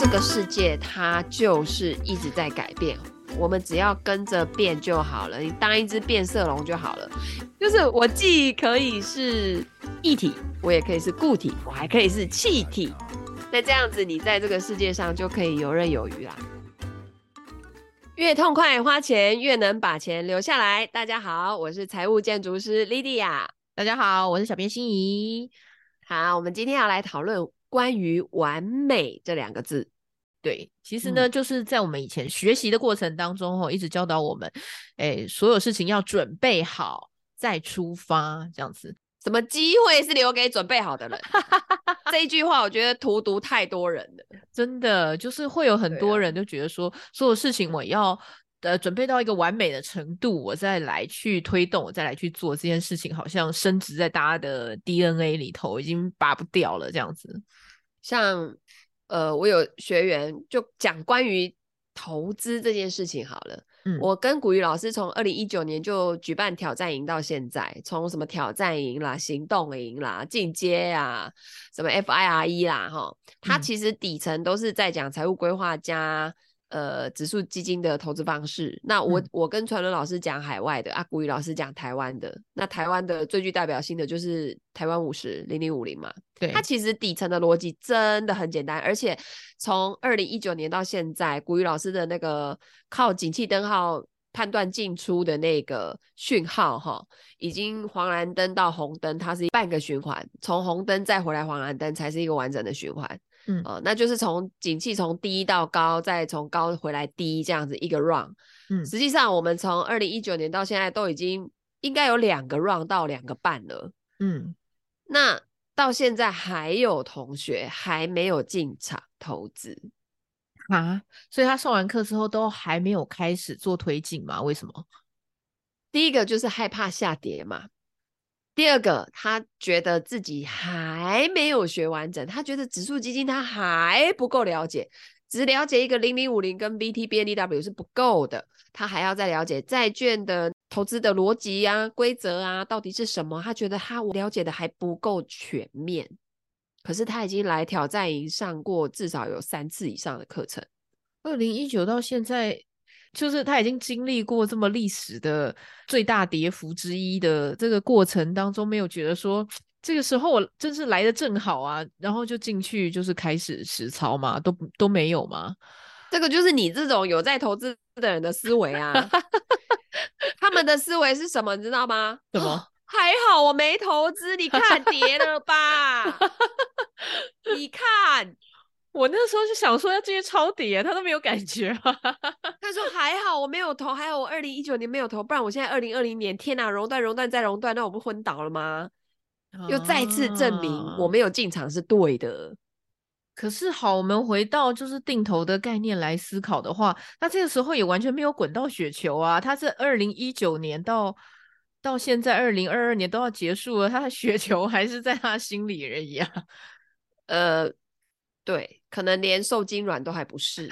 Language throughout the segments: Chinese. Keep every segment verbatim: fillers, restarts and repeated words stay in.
这个世界它就是一直在改变，我们只要跟着变就好了，你当一只变色龙就好了。就是我既可以是液体，我也可以是固体，我还可以是气体，那这样子你在这个世界上就可以游刃有余啦。越痛快花钱，越能把钱留下来。大家好，我是财务建筑师 Lydia。 大家好，我是小编心怡。 好，我们今天要来讨论关于完美这两个字。 对，其实呢、嗯、就是在我们以前学习的过程当中、哦、一直教导我们诶，所有事情要准备好再出发，这样子。 什么机会是留给准备好的人？这一句话我觉得荼毒太多人了， 真的就是会有很多人就觉得说、啊、所有事情我要呃准备到一个完美的程度，我再来去推动，我再来去做这件事情，好像深植在大家的 D N A 里头，已经拔不掉了这样子。 像呃，我有学员就讲关于投资这件事情好了。嗯、我跟古雨老师从二零一九年就举办挑战营到现在，从什么挑战营啦、行动营啦、进阶啊、什么 F I R E 啦，哈，它其实底层都是在讲财务规划加呃指数基金的投资方式。那我、嗯、我跟传伦老师讲海外的，啊，古雨老师讲台湾的。那台湾的最具代表性的就是台湾五十零零五零嘛。对，它其实底层的逻辑真的很简单，而且从二零一九年到现在，古雨老师的那个靠景气灯号判断进出的那个讯号哈，已经黄蓝灯到红灯，它是半个循环，从红灯再回来黄蓝灯才是一个完整的循环。嗯、呃，那就是从景气从低到高，再从高回来低，这样子一个 run。嗯，实际上我们从二零一九年到现在都已经应该有两个 run 到两个半了。嗯，那到现在还有同学还没有进场投资啊？所以他上完课之后都还没有开始做推进吗？为什么？ 第一个就是害怕下跌嘛，第二个他觉得自己还没有学完整，他觉得指数基金他还不够了解，只了解一个零零五零跟 V T B N D W 是不够的，他还要再了解债券的投资的逻辑啊、规则啊到底是什么，他觉得他了解的还不够全面。可是他已经来挑战营上过至少有三次以上的课程。 二零一九到现在，就是他已经经历过这么历史的最大跌幅之一的这个过程当中，没有觉得说这个时候我真是来的正好啊，然后就进去就是开始实操嘛，都都没有吗？ 这个就是你这种有在投资的人的思维啊。他们的思维是什么你知道吗？ 什么？ 还好我没投资，你看跌了吧。你看我那时候就想说要继续抄底，他都没有感觉啊。 他说还好我没有投，还好我二零一九年没有投，不然我现在二零二零年天哪，熔断熔断再熔断，那我不昏倒了吗？啊、又再次证明我没有进场是对的。 可是好，我们回到就是定投的概念来思考的话，那这个时候也完全没有滚到雪球啊。他是二零一九年到到现在二零二二年都要结束了，他的雪球还是在他心里而已啊。 呃，对，可能连受精卵都还不是。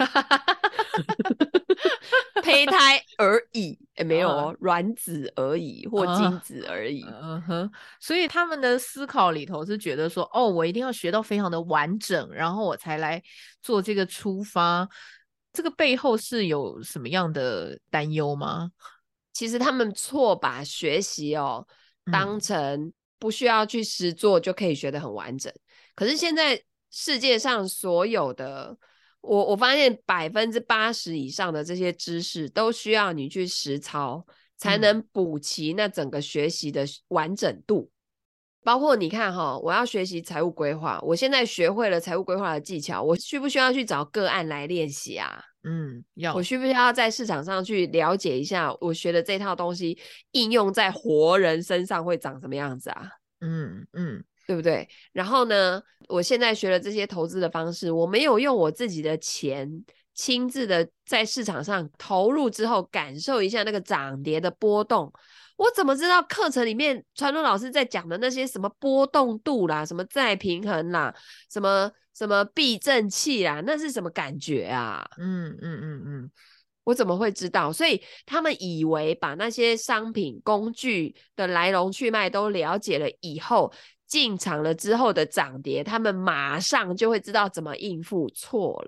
胚胎而已，欸、没有哦，卵、uh, 子而已或精子而已。 嗯哼、uh, uh, 所以他们的思考里头是觉得说，哦，我一定要学到非常的完整，然后我才来做这个出发。这个背后是有什么样的担忧吗？ 其实他们错把学习哦当成不需要去实做就可以学得很完整。嗯、可是现在世界上所有的我我发现百分之八十以上的这些知识都需要你去实操才能补齐那整个学习的完整度。嗯、包括你看哈，我要学习财务规划，我现在学会了财务规划的技巧，我需不需要去找个案来练习啊？ 嗯，要。 我需不需要在市场上去了解一下我学的这套东西应用在活人身上会长什么样子啊？嗯嗯，对不对？然后呢，我现在学了这些投资的方式，我没有用我自己的钱亲自的在市场上投入之后感受一下那个涨跌的波动，我怎么知道课程里面传统老师在讲的那些什么波动度啦，什么再平衡啦，什么什么避震器啦，那是什么感觉啊？嗯嗯嗯嗯，我怎么会知道？所以他们以为把那些商品工具的来龙去脉都了解了以后，进场了之后的涨跌他们马上就会知道怎么应付，错了。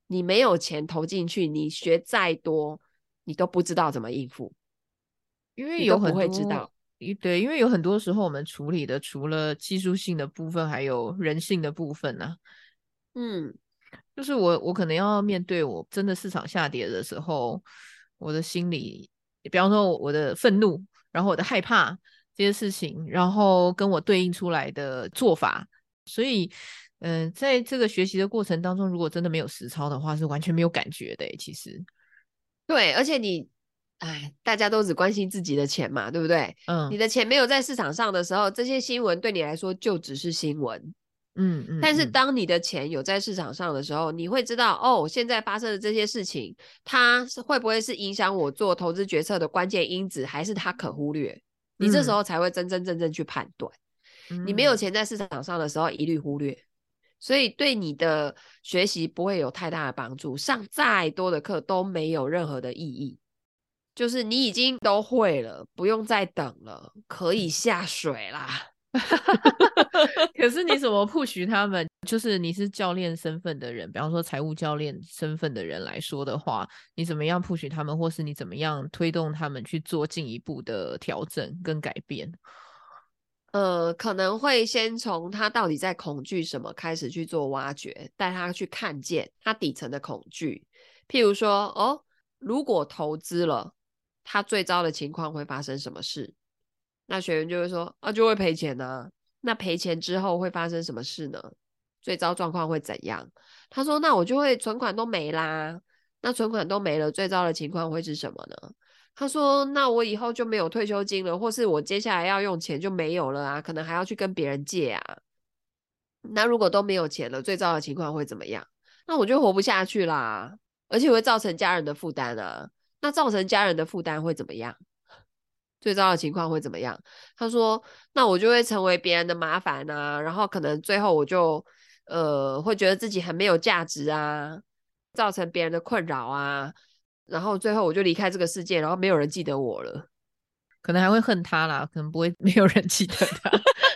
你没有钱投进去，你学再多你都不知道怎么应付， 因为有很多你都不会知道。 对，因为有很多时候我们处理的除了技术性的部分还有人性的部分啊。 嗯， 就是我我可能要面对我真的市场下跌的时候，我的心理，比方说我的愤怒，然后我的害怕这些事情，然后跟我对应出来的做法。所以嗯、呃，在这个学习的过程当中，如果真的没有实操的话，是完全没有感觉的耶其实。 对，而且你哎，大家都只关心自己的钱嘛，对不对？你嗯的钱没有在市场上的时候，这些新闻对你来说就只是新闻。 嗯嗯嗯但是当你的钱有在市场上的时候，你会知道哦，现在发生的这些事情，它是会不会是影响我做投资决策的关键因子，还是它可忽略？你这时嗯候才会真真正正去判断。你没有嗯钱在市场上的时候，一律忽略，所以对你的学习不会有太大的帮助。上再多的课都没有任何的意义。就是你已经都会了，不用再等了，可以下水啦。 可是你怎么 push 他们？就是你是教练身份的人，比方说财务教练身份的人来说的话，你怎么样 push 他们，或是你怎么样推动他们去做进一步的调整跟改变？ 呃，可能会先从他到底在恐惧什么开始去做挖掘，带他去看见他底层的恐惧。譬如说，哦，如果投资了，他最糟的情况会发生什么事？那学员就会说，啊，就会赔钱啊。那赔钱之后会发生什么事呢？最糟状况会怎样？他说，那我就会存款都没啦。那存款都没了，最糟的情况会是什么呢？他说：“那我以后就没有退休金了，或是我接下来要用钱就没有了啊，可能还要去跟别人借啊。那如果都没有钱了，最糟的情况会怎么样？那我就活不下去啦，而且会造成家人的负担啊。那造成家人的负担会怎么样？最糟的情况会怎么样？”他说：“那我就会成为别人的麻烦啊，然后可能最后我就呃会觉得自己很没有价值啊，造成别人的困扰啊。”然后最后我就离开这个世界，然后没有人记得我了。 可能还会恨他啦，可能不会没有人记得他。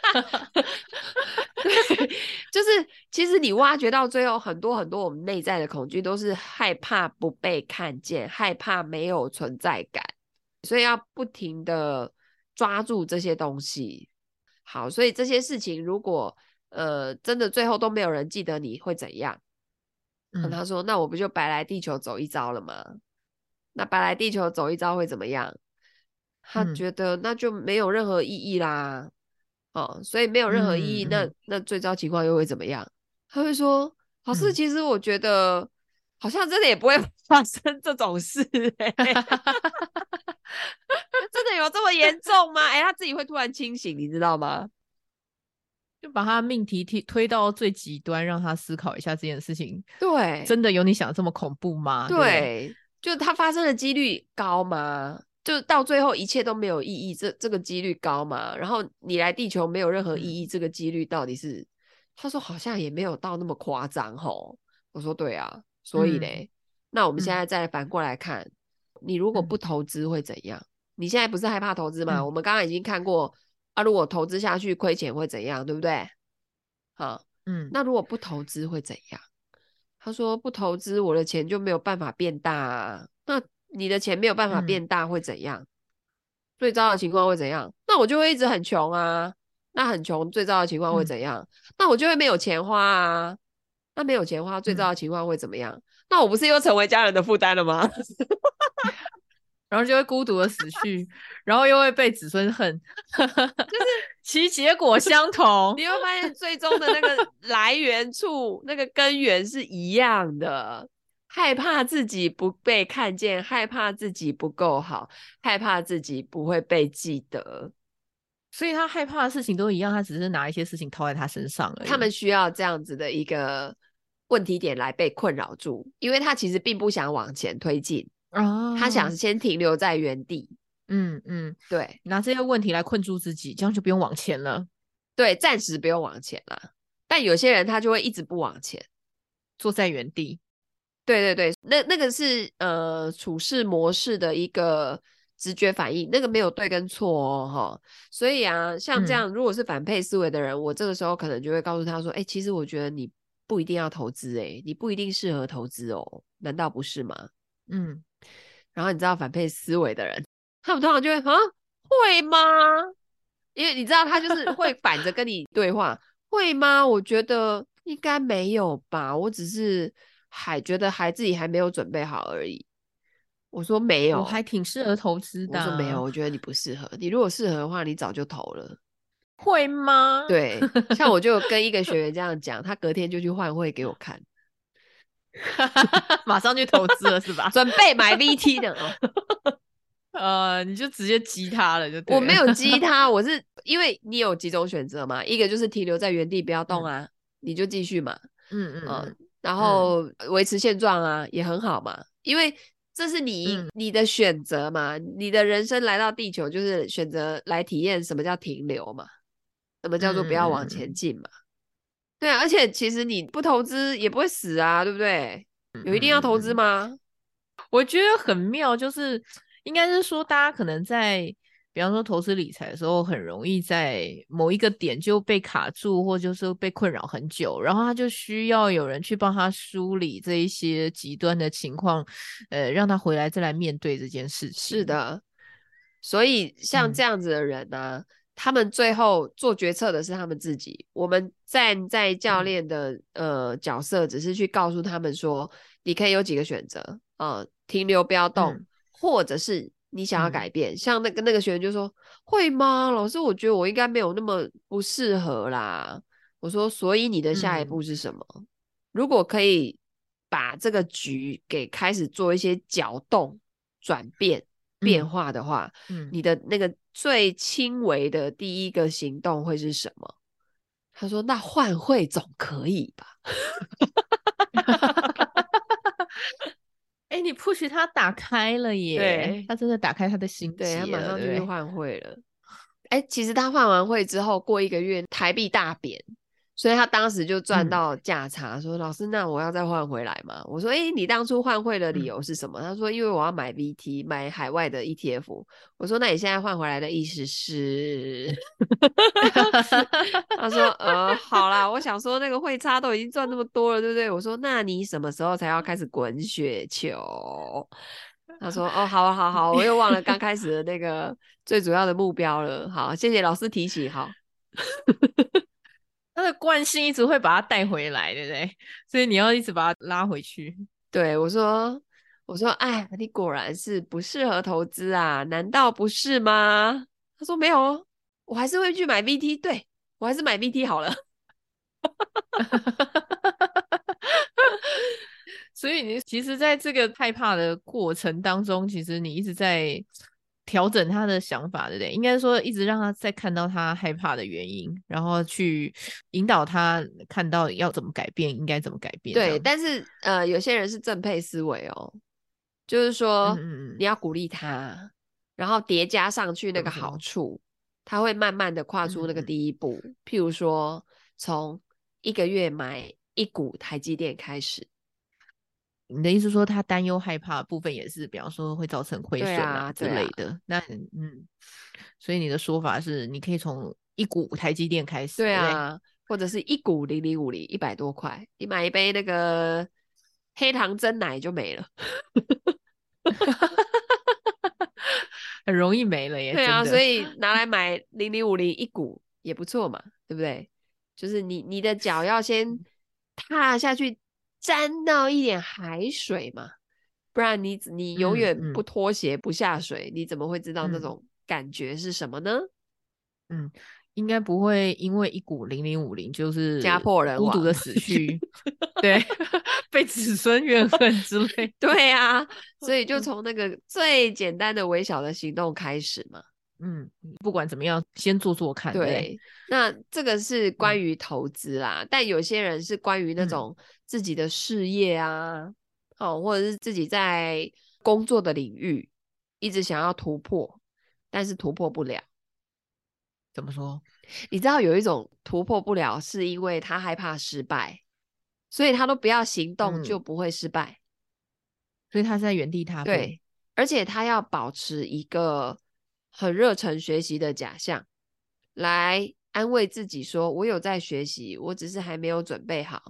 对，就是其实你挖掘到最后，很多很多我们内在的恐惧都是害怕不被看见，害怕没有存在感，所以要不停的抓住这些东西。好，所以这些事情如果呃真的最后都没有人记得你会怎样？嗯，他说：“那我不就白来地球走一遭了吗？那白来地球走一遭会怎么样？”他嗯觉得那就没有任何意义啦。哦，所以没有任何意义，那嗯嗯那最糟情况又会怎么样？他会说：“老师， 嗯， 其实我觉得好像真的也不会发生这种事、欸，真的有这么严重吗？”哎，他自己会突然清醒，你知道吗？ 就把他命题推推到最极端，让他思考一下这件事情， 对真的有你想的这么恐怖吗？对不对？ 对，就它发生的几率高吗？就到最后一切都没有意义，这这个几率高吗？然后你来地球没有任何意义，这个几率到底是？他说好像也没有到那么夸张吼。我说对啊，所以嗯嘞，那我们现嗯在再反过来看，你如果不嗯投资会怎样？你现在不是害怕投资吗？ 嗯我们刚刚已经看过啊，如果投资下去亏钱会怎样，对不对？好， 嗯那如果不投资会怎样？他说不投资，我的钱就没有办法变大啊。那你的钱没有办法嗯变大会怎样？最糟的情况会怎样？那我就会一直很穷啊。那很穷，最糟的情况会嗯怎样？那我就会没有钱花啊。那没有钱花，最糟嗯， 的情况会怎么样？那我不是又成为家人的负担了吗？ 然后就会孤独的死去，然后又会被子孙恨， 就是其结果相同。 你会发现，最终的那个来源处、那个根源是一样的。害怕自己不被看见，害怕自己不够好，害怕自己不会被记得。 所以他害怕的事情都一样，他只是拿一些事情套在他身上而已。 他们需要这样子的一个问题点来被困扰住，因为他其实并不想往前推进， 哦， 他想先停留在原地。 嗯嗯， 对拿这些问题来困住自己，这样就不用往前了， 对，暂时不用往前了。但有些人他就会一直不往前。 坐在原地。 对对对，那那个是呃处事模式的一个直觉反应，那个没有对跟错哦，哈。所以啊，像这嗯样，如果是反配思维的人，我这个时候可能就会告诉他说：“哎，其实我觉得你不一定要投资欸，你不一定适合投资哦，难道不是吗？ 嗯， 然后你知道反配思维的人，他们通常就会啊，会吗？因为你知道他就是会反着跟你对话，会吗？我觉得应该没有吧，我只是还觉得还自己还没有准备好而已。我说没有， 我还挺适合投资的、 我说没有， 啊， 我觉得你不适合。你如果适合的话，你早就投了。 会吗？ 对，像我就跟一个学员这样讲，他隔天就去换汇给我看， 马上去投资了是吧？ 准备买 V T 的哦。 呃，你就直接激他了就对了。 我没有激他，我是因为你有几种选择嘛，一个就是停留在原地不要动啊，嗯、你就继续嘛， 嗯嗯嗯， 嗯， 然后维持现状啊，也很好嘛，因为这是你、嗯、你的选择嘛，你的人生来到地球就是选择来体验什么叫停留嘛，什么叫做不要往前进嘛，嗯、对啊，而且其实你不投资也不会死啊，对不对？有一定要投资吗？ 我觉得很妙，就是应该是说，大家可能在比方说投资理财的时候，很容易在某一个点就被卡住，或就是被困扰很久，然后他就需要有人去帮他梳理这一些极端的情况，呃，让他回来再来面对这件事情。 是的，所以像这样子的人呢、啊嗯，他们最后做决策的是他们自己。我们站在教练的、嗯、呃角色，只是去告诉他们说，你可以有几个选择啊、呃，停留不要动、嗯，或者是你想要改变。嗯、像那个那个学员就说：“会吗，老师？我觉得我应该没有那么不适合啦。”我说：“所以你的下一步是什么？嗯、如果可以把这个局给开始做一些搅动、转变。”变化的话、嗯，你的那个最轻微的第一个行动会是什么？他说：“那换汇总可以吧？” 哎、欸，你 push 他打开了耶！他真的打开他的心结了， 对，他马上就去换汇了。哎、欸，其实他换完汇之后，过一个月台币大贬。所以他当时就赚到价差、嗯，说老师，那我要再换回来吗？我说，哎、欸，你当初换汇的理由是什么？嗯、他说，因为我要买 V T， 买海外的 E T F。我说，那你现在换回来的意思是？他说，呃，好啦，我想说那个汇差都已经赚那么多了，对不对？我说，那你什么时候才要开始滚雪球？他说，哦，好好好，我又忘了刚开始的那个最主要的目标了。好，谢谢老师提醒。好。 他的惯性一直会把他带回来，对不对？所以你要一直把他拉回去。 对，我说，我说，哎，你果然是不适合投资啊？难道不是吗？他说没有哦，我还是会去买 V T， 对，我还是买 V T 好了。 所以你其实在这个害怕的过程当中，其实你一直在调整他的想法，对不对？应该说一直让他再看到他害怕的原因，然后去引导他看到要怎么改变，应该怎么改变。 对，但是呃，有些人是正配思维哦，就是说、嗯、你要鼓励他，然后叠加上去那个好处，他会慢慢的跨出那个第一步。嗯、譬如说，从一个月买一股台积电开始。 你的意思说他担忧害怕的部分也是比方说会造成亏损啊之类的、啊啊、那嗯，所以你的说法是你可以从一股台积电开始， 对啊，对，或者是一股零零五零一百多块，你买一杯那个黑糖珍奶就没了。 很容易没了耶。 对啊， 真的， 所以拿来买零零五零一股也不错嘛，对不对？就是你你的脚要先踏下去，沾到一点海水嘛，不然你你永远不脱鞋不下水，嗯嗯、你怎么会知道那种感觉是什么呢？ 嗯，应该不会因为一股零零五零就是家破人亡， 孤独的死去，对，被子孙怨恨之类。 对啊，所以就从那个最简单的微小的行动开始嘛。 嗯，不管怎么样，先做做看。对， 对，那这个是关于投资啦、嗯，但有些人是关于那种自己的事业啊，嗯、哦，或者是自己在工作的领域一直想要突破，但是突破不了。 怎么说？ 你知道有一种突破不了，是因为他害怕失败，所以他都不要行动就不会失败，嗯、 所以他是在原地踏步。 对，而且他要保持一个很热忱学习的假象，来安慰自己说我有在学习，我只是还没有准备好，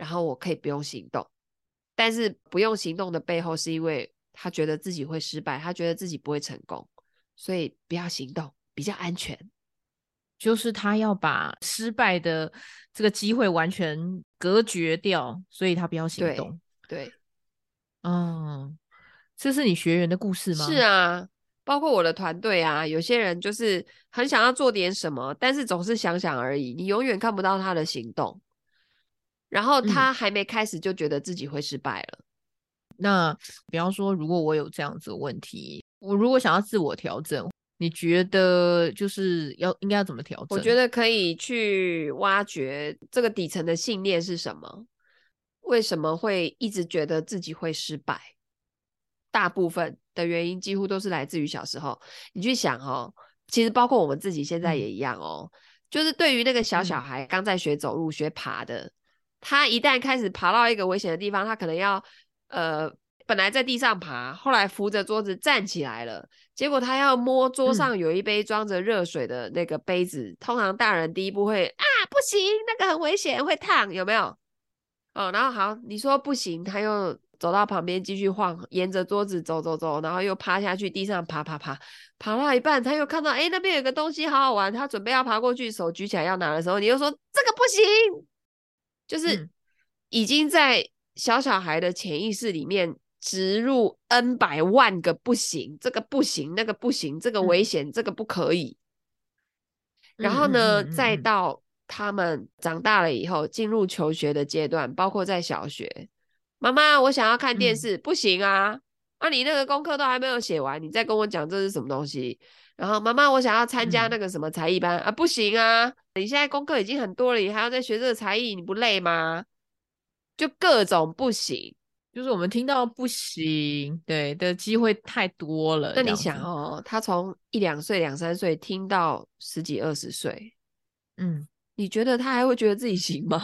然后我可以不用行动。但是不用行动的背后是因为他觉得自己会失败，他觉得自己不会成功，所以不要行动比较安全。 就是他要把失败的这个机会完全隔绝掉，所以他不要行动。 对对， 嗯，这是你学员的故事吗？ 是啊，包括我的团队啊，有些人就是很想要做点什么，但是总是想想而已，你永远看不到他的行动，然后他还没开始就觉得自己会失败了。 嗯，那比方说如果我有这样子的问题，我如果想要自我调整，你觉得就是要应该要怎么调整？ 我觉得可以去挖掘这个底层的信念是什么，为什么会一直觉得自己会失败。大部分的原因几乎都是来自于小时候。你去想哦，其实包括我们自己现在也一样哦，嗯、就是对于那个小小孩刚在学走路、学爬的，他一旦开始爬到一个危险的地方，他可能要呃本来在地上爬，后来扶着桌子站起来了，结果他要摸桌上有一杯装着热水的那个杯子，嗯、通常大人第一步会啊不行，那个很危险，会烫，有没有？哦，然后好，你说不行，他又走到旁边继续晃，沿着桌子走走走，然后又趴下去地上爬爬爬，爬到一半他又看到哎那边有个东西好好玩，他准备要爬过去，手举起来要拿的时候，你又说这个不行，就是已经在小小孩的潜意识里面植入 N 百万个不行，这个不行，那个不行，这个危险，嗯、这个不可以。然后呢，嗯嗯嗯嗯再到他们长大了以后，进入求学的阶段，包括在小学，妈妈，我想要看电视，嗯、不行啊！啊，你那个功课都还没有写完，你再跟我讲这是什么东西？然后妈妈，我想要参加那个什么才艺班，嗯、啊，不行啊！你现在功课已经很多了，你还要再学这个才艺，你不累吗？就各种不行。 就是我们听到不行，对的机会太多了。 那你想哦，他从一两岁、两三岁听到十几二十岁，嗯，你觉得他还会觉得自己行吗？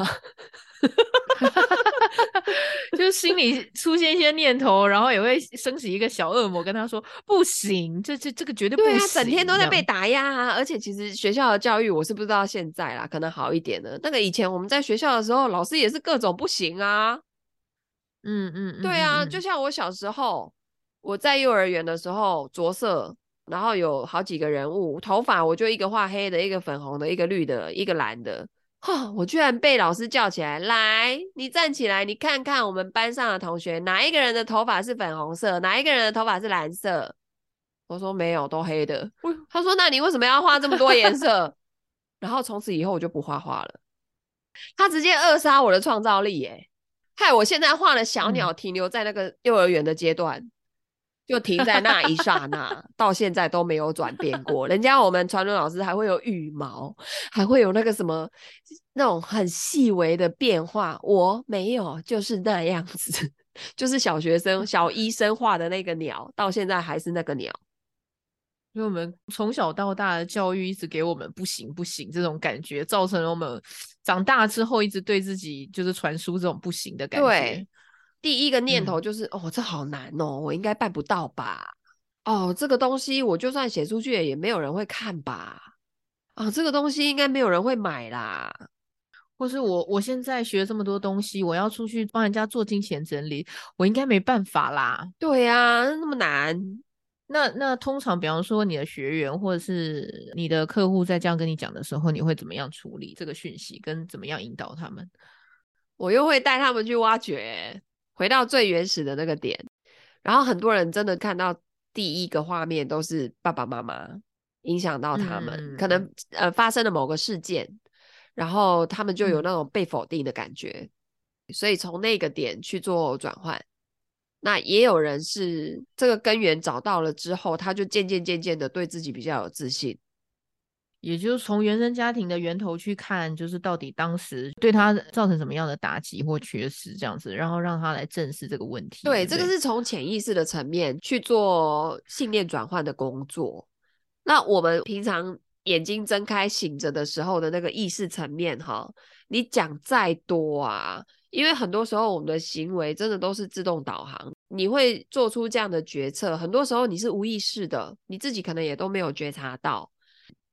就是心里出现一些念头，然后也会升起一个小恶魔跟他说不行，这这这个绝对不行。 对啊，整天都在被打压啊！而且其实学校的教育我是不知道现在啦，可能好一点了。那个以前我们在学校的时候，老师也是各种不行啊。 嗯嗯嗯， 对啊， 嗯嗯就像我小时候，我在幼儿园的时候着色，然后有好几个人物，头发我就一个画黑的，一个粉红的，一个绿的，一个蓝的。哈，我居然被老师叫起来，来，你站起来，你看看我们班上的同学，哪一个人的头发是粉红色，哪一个人的头发是蓝色？我说没有，都黑的。他说那你为什么要画这么多颜色？然后从此以后我就不画画了。他直接扼杀我的创造力耶！害我现在画的小鸟停留在那个幼儿园的阶段，嗯、就停在那一刹那，到现在都没有转变过。人家我们传轮老师还会有羽毛，还会有那个什么那种很细微的变化，我没有，就是那样子，就是小学生、小医生画的那个鸟，到现在还是那个鸟。 因为我们从小到大的教育一直给我们不行不行这种感觉，造成了我们长大之后一直对自己就是传输这种不行的感觉。 对，第一个念头就是、嗯、哦，这好难哦，我应该办不到吧？哦，这个东西我就算写出去也没有人会看吧？啊，这个东西应该没有人会买啦。 或是我我现在学这么多东西，我要出去帮人家做金钱整理，我应该没办法啦。 对啊，那么难。 那那通常，比方说你的学员或者是你的客户在这样跟你讲的时候，你会怎么样处理这个讯息，跟怎么样引导他们？ 我又会带他们去挖掘，回到最原始的那个点。然后很多人真的看到第一个画面都是爸爸妈妈影响到他们，嗯、可能呃发生了某个事件，然后他们就有那种被否定的感觉，嗯、所以从那个点去做转换。那也有人是这个根源找到了之后，他就渐渐渐渐的对自己比较有自信。 也就是从原生家庭的源头去看，就是到底当时对他造成什么样的打击或缺失这样子，然后让他来正视这个问题。 对， 对， 这个是从潜意识的层面去做信念转换的工作。那我们平常眼睛睁开醒着的时候的那个意识层面哈，你讲再多啊，因为很多时候我们的行为真的都是自动导航，你会做出这样的决策，很多时候你是无意识的，你自己可能也都没有觉察到。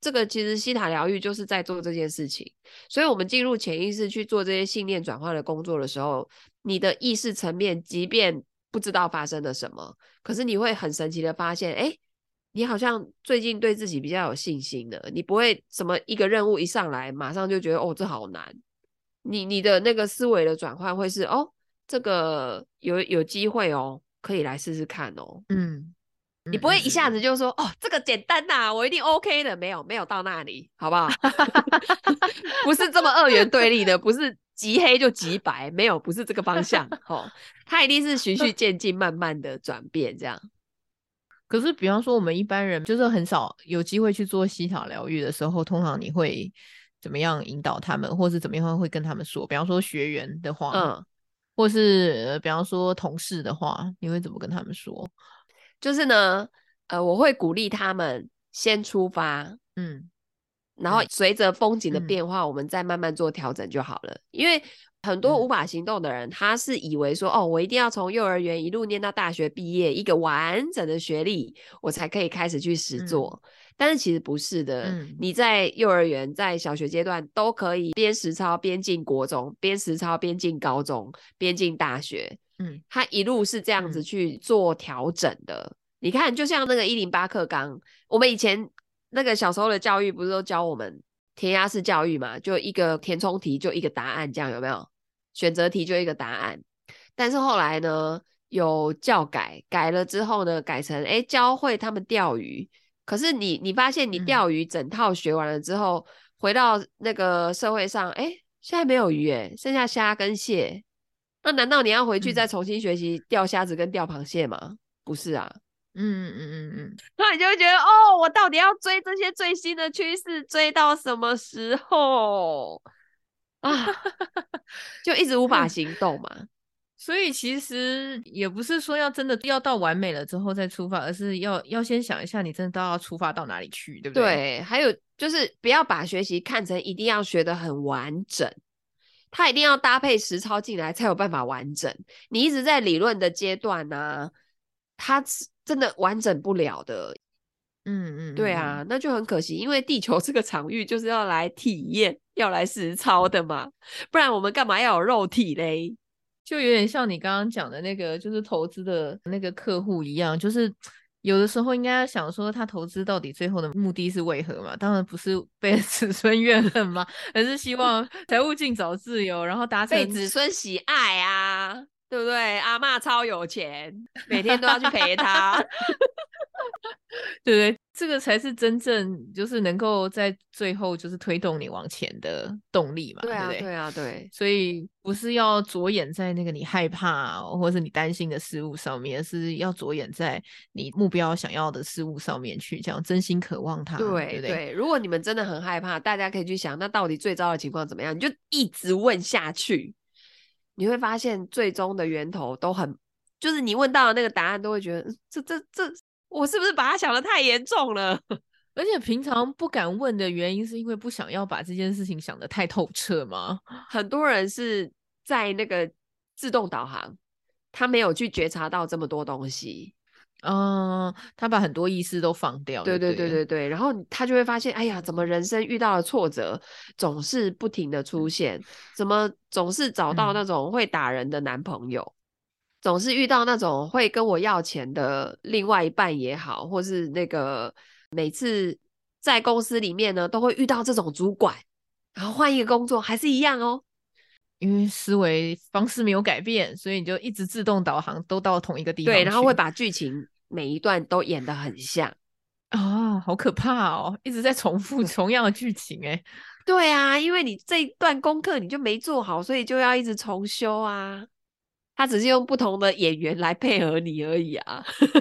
这个其实西塔疗愈就是在做这件事情。所以我们进入潜意识去做这些信念转换的工作的时候，你的意识层面即便不知道发生了什么，可是你会很神奇的发现，哎，你好像最近对自己比较有信心了，你不会什么一个任务一上来马上就觉得哦这好难，你你的那个思维的转换会是哦这个有有机会哦，可以来试试看哦。 嗯， 你不会一下子就说哦这个简单呐、啊，我一定 OK 的，没有没有到那里，好不好？不是这么二元对立的，不是极黑就极白，没有，不是这个方向哦，它一定是循序渐进慢慢的转变这样。 可是比方说我们一般人就是很少有机会去做西塔疗愈的时候，通常你会怎么样引导他们，或是怎么样会跟他们说？比方说学员的话， 嗯， 或是、呃、比方说同事的话，你会怎么跟他们说？ 就是呢，呃，我会鼓励他们先出发， 嗯， 然后随着风景的嗯变化，我们再慢慢做调整就好了。因为很多嗯无法行动的人，他是以为说，哦，我一定要从幼儿园一路念到大学毕业，一个完整的学历，我才可以开始去实作。 嗯但是其实不是的， 嗯你在幼儿园、在小学阶段都可以边实操边进国中，边实操边进高中，边进大学。 嗯他一路是这样子嗯去做调整的。你看，就像那个一零八课纲，我们以前那个小时候的教育不是都教我们填鸭式教育嘛？就一个填充题就一个答案，这样有没有？选择题就一个答案。但是后来呢，有教改，改了之后呢，改成哎教会他们钓鱼。可是你你发现你嗯钓鱼整套学完了之后，回到那个社会上，哎，现在没有鱼哎，剩下虾跟蟹。那难道你要回去再嗯重新学习钓虾子跟钓螃蟹吗？不是啊， 嗯嗯嗯嗯， 那你就会觉得哦，我到底要追这些最新的趋势，追到什么时候啊？就一直无法行动嘛。 所以其实也不是说要真的要到完美了之后再出发，而是要要先想一下，你真的都要出发到哪里去，对不对？ 对，还有就是不要把学习看成一定要学得很完整，它一定要搭配实操进来才有办法完整。你一直在理论的阶段呢、啊，它真的完整不了的。 嗯嗯嗯嗯。 对啊，那就很可惜，因为地球这个场域就是要来体验、要来实操的嘛，不然我们干嘛要有肉体嘞？ 就有点像你刚刚讲的那个，就是投资的那个客户一样，就是有的时候应该要想说，他投资到底最后的目的是为何嘛？当然不是被子孙怨恨嘛，而是希望财务尽早自由，然后达成被子孙喜爱啊，对不对？阿嬷超有钱，每天都要去陪他。 对不对？这个才是真正就是能够在最后就是推动你往前的动力嘛， 对啊， 对不对？ 对啊，对。 所以不是要着眼在那个你害怕或者是你担心的事物上面，而是要着眼在你目标想要的事物上面去，这样真心渴望它，对不对？ 对对，如果你们真的很害怕，大家可以去想，那到底最糟的情况怎么样？你就一直问下去，你会发现最终的源头都很，就是你问到的那个答案，都会觉得嗯这这这，我是不是把它想的太严重了？ 而且平常不敢问的原因，是因为不想要把这件事情想得太透彻吗？ 很多人是在那个自动导航，他没有去觉察到这么多东西。 嗯，他把很多意识都放掉对对就对了， 对对对，然后他就会发现，哎呀，怎么人生遇到了挫折，总是不停的出现？怎么总是找到那嗯种会打人的男朋友？总是遇到那种会跟我要钱的另外一半也好，或是那个每次在公司里面呢，都会遇到这种主管，然后换一个工作还是一样哦。 因为思维方式没有改变，所以你就一直自动导航都到同一个地对， 方去然后会把剧情每一段都演得很像。 啊，好可怕哦！一直在重复同样的剧情，哎， 对啊，因为你这一段功课你就没做好，所以就要一直重修啊。他只是用不同的演员来配合你而已啊。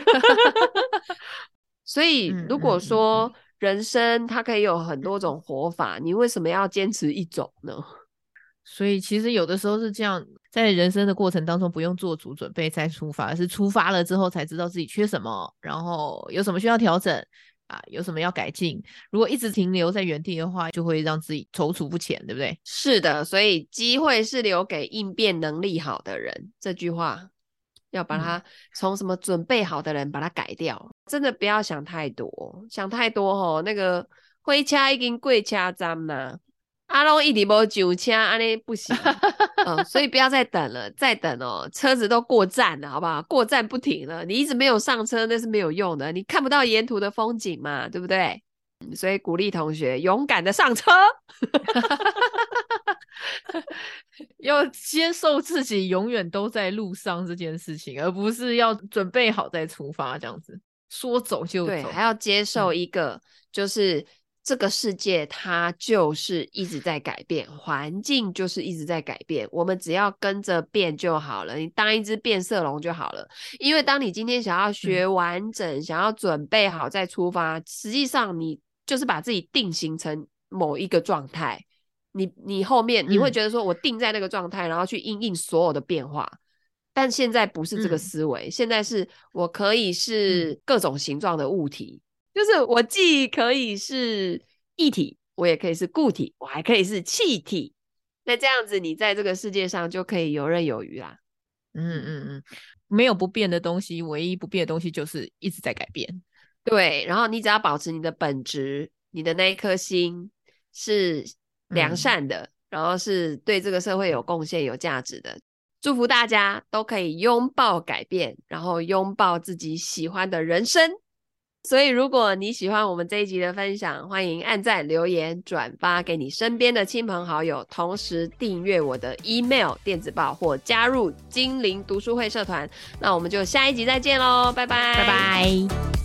所以嗯如果嗯嗯嗯， 说人生它可以有很多种活法，你为什么要坚持一种呢？ 所以其实有的时候是这样，在人生的过程当中，不用做足准备再出发，而是出发了之后才知道自己缺什么，然后有什么需要调整啊，有什么要改进。如果一直停留在原地的话，就会让自己踌躇不前，对不对？ 是的，所以机会是留给应变能力好的人，这句话要把嗯它从什么准备好的人把它改掉，真的不要想太多，想太多哦，那个火车已经过车站啦，啊拢一直无上车，安尼不行。嗯，所以不要再等了，再等哦，车子都过站了，好不好？过站不停了，你一直没有上车，那是没有用的，你看不到沿途的风景嘛，对不对？嗯、所以鼓励同学勇敢的上车， 要接受自己永远都在路上这件事情，而不是要准备好再出发这样子，说走就走。 对，还要接受一个，嗯、就是这个世界它就是一直在改变，环境就是一直在改变，我们只要跟着变就好了，你当一只变色龙就好了。因为当你今天想要学完整，嗯、想要准备好再出发，实际上你就是把自己定型成某一个状态，你你后面你会觉得说我定在那个状态，然后去因应所有的变化。但现在不是这个思维，嗯、现在是我可以是各种形状的物体，嗯、就是我既可以是液体，我也可以是固体，我还可以是气体。那这样子你在这个世界上就可以游刃有余啦。 嗯嗯嗯，没有不变的东西，唯一不变的东西就是一直在改变。 对，然后你只要保持你的本质，你的那一颗心是良善的，嗯、然后是对这个社会有贡献、有价值的。祝福大家都可以拥抱改变，然后拥抱自己喜欢的人生。所以如果你喜欢我们这一集的分享，欢迎按赞、留言、转发给你身边的亲朋好友，同时订阅我的 email 电子报或加入精灵读书会社团。那我们就下一集再见咯，拜拜， 拜拜。